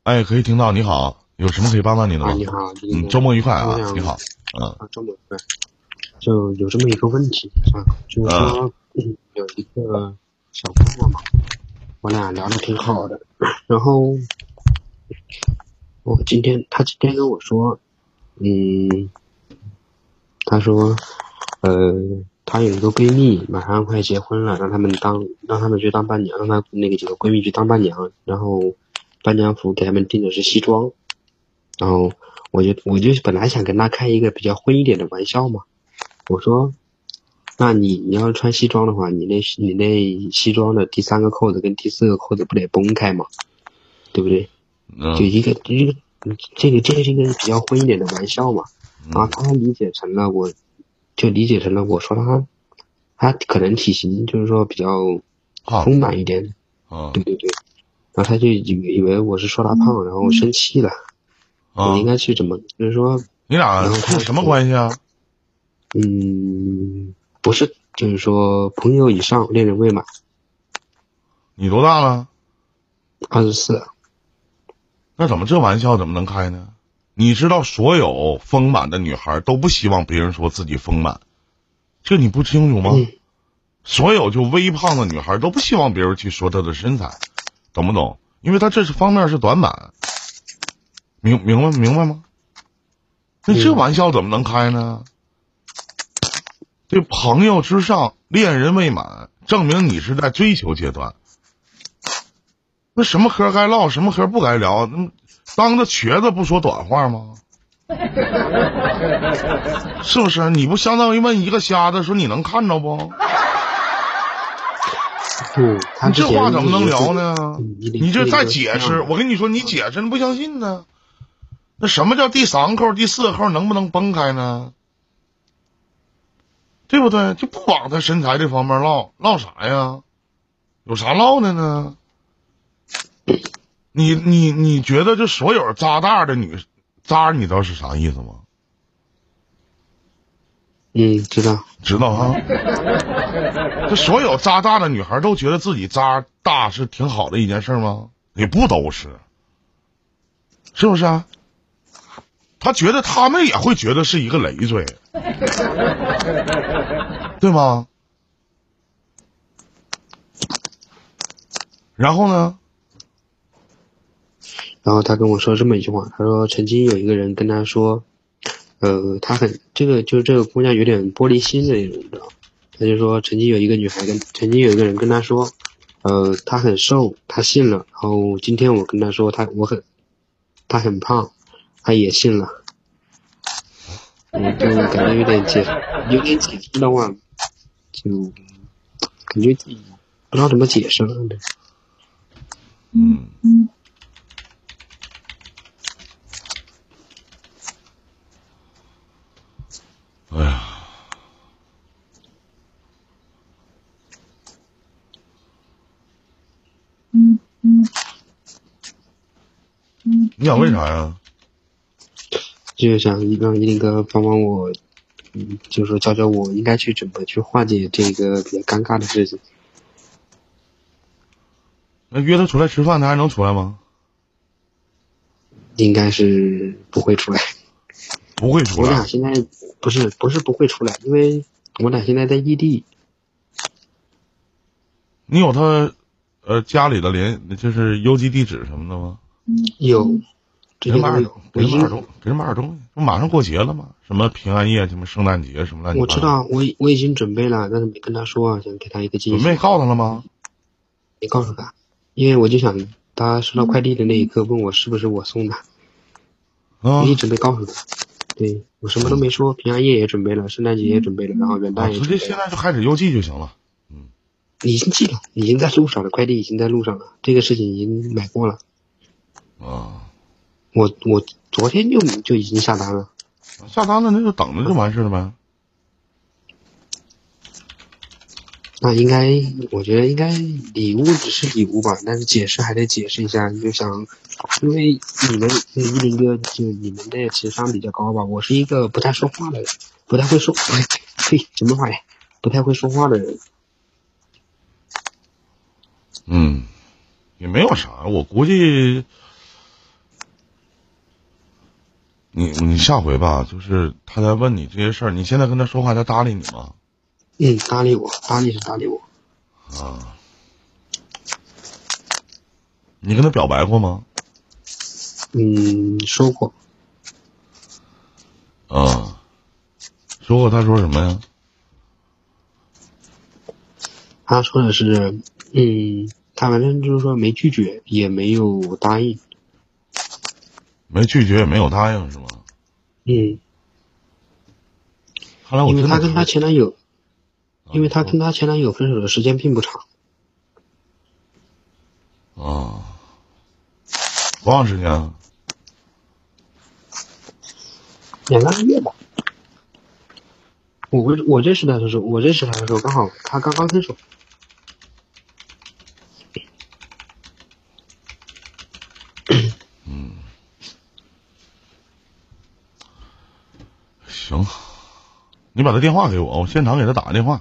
哎，可以听到。你好，有什么可以帮到你的吗？ 你好， 周末愉快啊！你好， 周末愉快。就有这么一个问题啊，就是说，有一个小姑娘嘛，我俩聊得挺好的，然后她今天跟我说，她说，她有一个闺蜜马上快结婚了，让她们去当伴娘，让她那个几个闺蜜去当伴娘，然后伴娘服给她们订的是西装，然后我就本来想跟她开一个比较荤一点的玩笑嘛，我说，那你要是穿西装的话，你那西装的第3个扣子跟第4个扣子不得崩开嘛，对不对？就这个是一个比较荤一点的玩笑嘛，然后他理解成了我说他可能体型就是说比较丰满一点，对，然后他就以为我是说他胖，然后生气了，我应该去怎么就是说你俩是什么关系啊？ 不是，就是说朋友以上，恋人未满。 你多大了 ？24。 那怎么这玩笑怎么能开呢？你知道所有丰满的女孩都不希望别人说自己丰满，这你不清楚吗？所有就微胖的女孩都不希望别人去说她的身材，懂不懂？因为她这方面是短板，明白吗？那这玩笑怎么能开呢？对，朋友之上，恋人未满，证明你是在追求阶段。那什么嗑该唠，什么嗑不该聊，当着瘸子不说短话吗？是不是？你不相当于问一个瞎子说你能看着不？你这话怎么能聊呢？你这再解释，我跟你说，你解释你不相信呢。那什么叫第3扣、第4扣能不能崩开呢？对不对？就不往他身材这方面唠啥呀？有啥唠的呢？你觉得这所有扎大的渣，你知道是啥意思吗？知道啊。这所有渣大的女孩都觉得自己渣大是挺好的一件事吗？也不都是，是不是啊？他觉得他们也会觉得是一个累赘，对吗？然后呢？ 然后他跟我说这么一句话，他说曾经有一个人跟他说，这个姑娘有点玻璃心的那种，你知道？他就说曾经有一个人跟他说，她很瘦，他信了。然后今天我跟他说她很胖，他也信了。我就感觉有点解释的话，就感觉自己不知道怎么解释了。 哎呀，你想问啥呀？ 就想让一林哥帮帮我，就是说教教我应该去怎么去化解这个比较尴尬的事情。 那约他出来吃饭，他还能出来吗？ 应该是不会出来。 不会出来。 我俩现在不是不会出来，因为我俩现在在异地。 你有他家里的就是邮寄地址什么的吗？ 有。 给人买点东西，马上过节了嘛，什么平安夜，什么圣诞节，什么乱七八糟。 我知道，我已经准备了，但是没跟他说啊，想给他一个惊喜。 准备告诉他了吗？ 没告诉他，因为我就想他收到快递的那一刻问我是不是我送的。我一直没告诉他。对，我什么都没说，平安夜也准备了，圣诞节也准备了，然后元旦也准备了。 直接现在就开始邮寄就行了。 已经寄了，已经在路上了，快递已经在路上了，这个事情已经买过了。我昨天就已经下单了。 下单了那就等着就完事了呗。 那我觉得应该礼物只是礼物吧，但是解释还得解释一下。你就想，因为你们一林哥就你们的情商比较高吧，我是一个不太说话的人，不太会说，什么话呀？不太会说话的人。 也没有啥，我估计你下回吧，就是他在问你这些事儿，你现在跟他说话，他搭理你吗？ 搭理我，搭理是搭理我。 啊，你跟他表白过吗？ 说过。 啊，说过，他说什么呀？ 他说的是，他反正就是说没拒绝，也没有答应。 没拒绝也没有答应是吗？看来我因为他真的跟他前男友，分手的时间并不长。 啊，多长时间啊 ？2个月吧。我认识他的时候，刚好他刚刚分手。 行，你把他电话给我，我现场给他打个电话。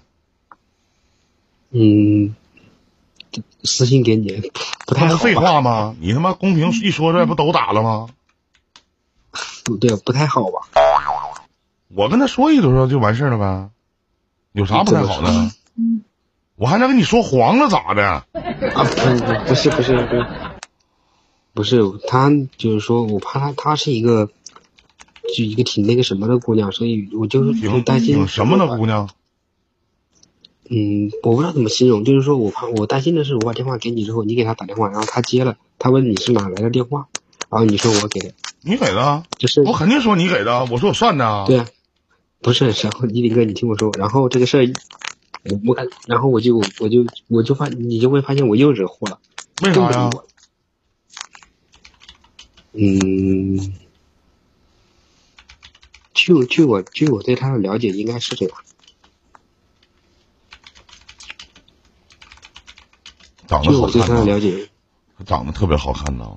私信给你，不太好吧？ 废话吗？你他妈公屏一说出来不都打了吗？ 不对，不太好吧？ 我跟他说一说就完事了呗，有啥不太好的？我还能跟你说黄了咋的？ 啊，不是，他就是说我怕他是一个挺那个什么的姑娘，所以我就担心。 挺什么的姑娘？ 我不知道怎么形容，就是说我担心的是，我把电话给你之后，你给他打电话，然后他接了，他问你是哪来的电话，然后你说我给的。 你给的？ 就是我肯定说你给的，我说我算的。 对啊，不是，然后依林哥，你听我说，然后这个事儿，然后我就你就会发现我又惹祸了。 为啥呀？ 据我对他的了解，应该是这样。 长得好看。据我对他的了解， 他长得特别好看呢。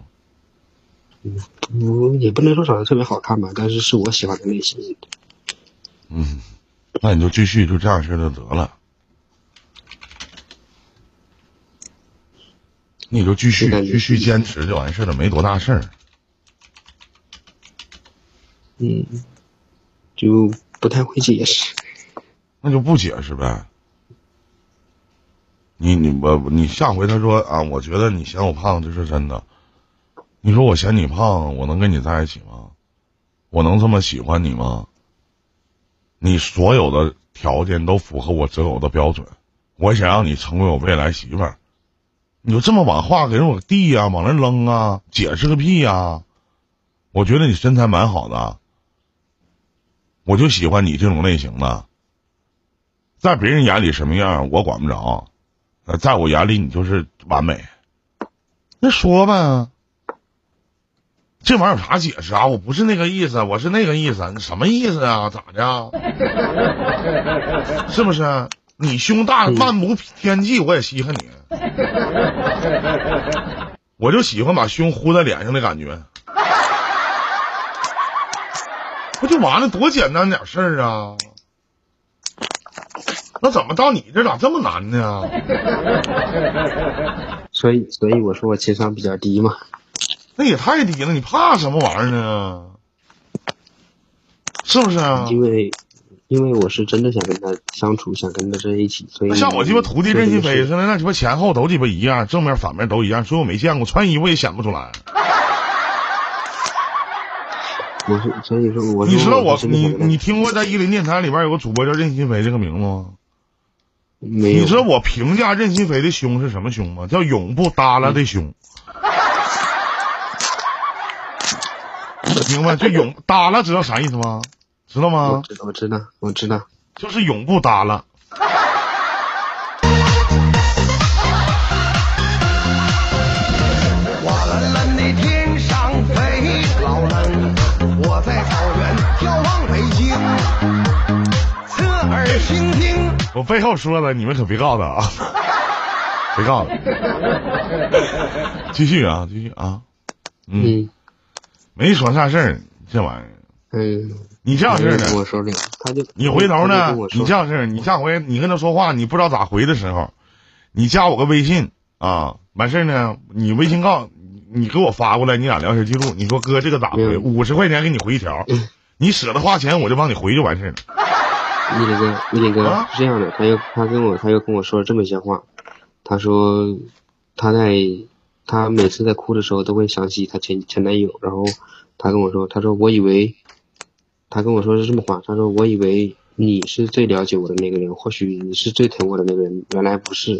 也不能说长得特别好看吧，但是是我喜欢的类型。 那你就继续就这样式就得了。你就继续坚持就完事了，没多大事儿。 就不太会解释。 那就不解释呗。你下回他说啊，我觉得你嫌我胖，这是真的。你说我嫌你胖，我能跟你在一起吗？我能这么喜欢你吗？你所有的条件都符合我择偶的标准，我想让你成为我未来媳妇儿。你就这么把话给我递呀，往那扔啊，解释个屁呀！我觉得你身材蛮好的，我就喜欢你这种类型的。在别人眼里什么样我管不着，在我眼里你就是完美。那说吧，这玩意儿有啥解释啊？我不是那个意思，我是那个意思，你什么意思啊？咋的？是不是？你胸大漫无天际，我也稀罕你。我就喜欢把胸呼在脸上的感觉，不就完了？多简单点事儿啊！那怎么到你这咋这么难呢？ 所以我说我情商比较低嘛。 那也太低了，你怕什么玩意儿呢？是不是啊？ 因为我是真的想跟他相处，想跟他在一起，所以像我鸡巴徒弟任心飞似的，那鸡巴前后都鸡巴一样，正面反面都一样，所以我没见过，穿衣服也显不出来。 所以说你知道你听过在10电台里边有个主播叫任心飞这个名字吗？ 没有。 你知道我评价任心飞的胸是什么胸吗？叫永不耷拉的胸。明白？就永耷拉知道啥意思吗？知道吗？ 我知道， 就是永不耷拉。 哇啦啦那天上飞，老人我在草原眺望北京，侧耳倾听。 我背后说了，你们可别告诉他啊，别告诉他。继续啊。没说啥事儿，这玩意儿。你这样式的， 我说的， 你回头呢？你这样式，你下回你跟他说话，你不知道咋回的时候，你加我个微信啊，完事呢，你微信你给我发过来你俩聊天记录，你说哥这个咋回？50块钱给你回一条，你舍得花钱我就帮你回就完事了。 一林哥是这样的，他又跟我说了这么一些话，他说他每次在哭的时候都会想起他前男友，然后他跟我说，他跟我说是这么话，他说我以为你是最了解我的那个人，或许你是最疼我的那个人，原来不是。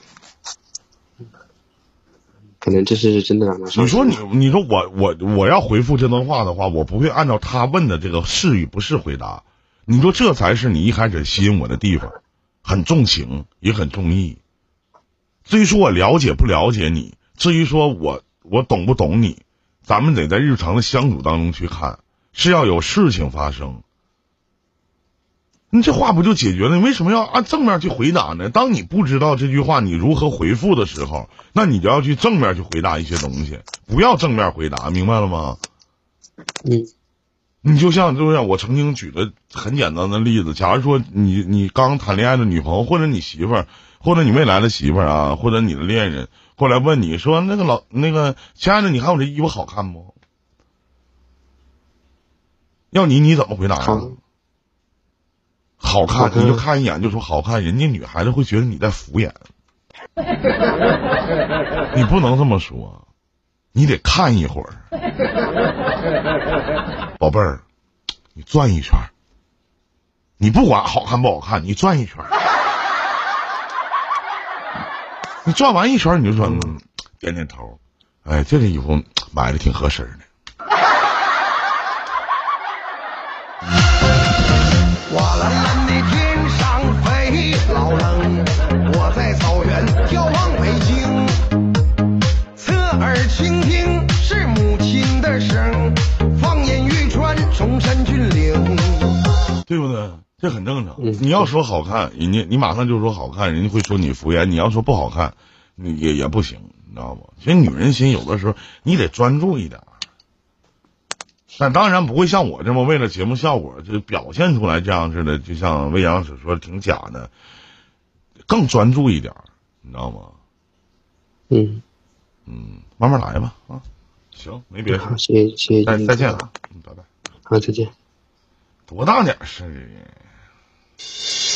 可能这是真的让他伤心。 你说我要回复这段话的话，我不会按照他问的这个是与不是回答。你说这才是你一开始吸引我的地方，很重情也很重义。至于说我了解不了解你，至于说我懂不懂你，咱们得在日常的相处当中去看，是要有事情发生。你这话不就解决了？你为什么要按正面去回答呢？当你不知道这句话你如何回复的时候，那你就要去正面去回答一些东西，不要正面回答，明白了吗？你就像我曾经举的很简单的例子，假如说你刚谈恋爱的女朋友，或者你媳妇儿，或者你未来的媳妇儿啊，或者你的恋人过来问你说那个亲爱的，你看我这衣服好看不？要你怎么回答啊？好看，你就看一眼就说好看，人家女孩子会觉得你在敷衍。你不能这么说，你得看一会儿。宝贝儿，你转一圈，你不管好看不好看，你转一圈。你转完一圈你就说点点头，哎，这件衣服买的挺合身的。 哇蓝蓝的天上飞，老冷，我在草原眺望北京，侧耳倾听是母亲的声，放眼欲穿崇山峻岭， 对不对？这很正常。你要说好看，你马上就说好看，人家会说你敷衍；你要说不好看，你也不行，你知道吗？其实女人心有的时候你得专注一点。但当然不会像我这么为了节目效果就表现出来这样似的，就像魏阳所说挺假的，更专注一点，你知道吗？慢慢来吧啊，行，没别的。 好，谢谢， 再见啊，拜拜。 好，再见。 多大点事儿啊？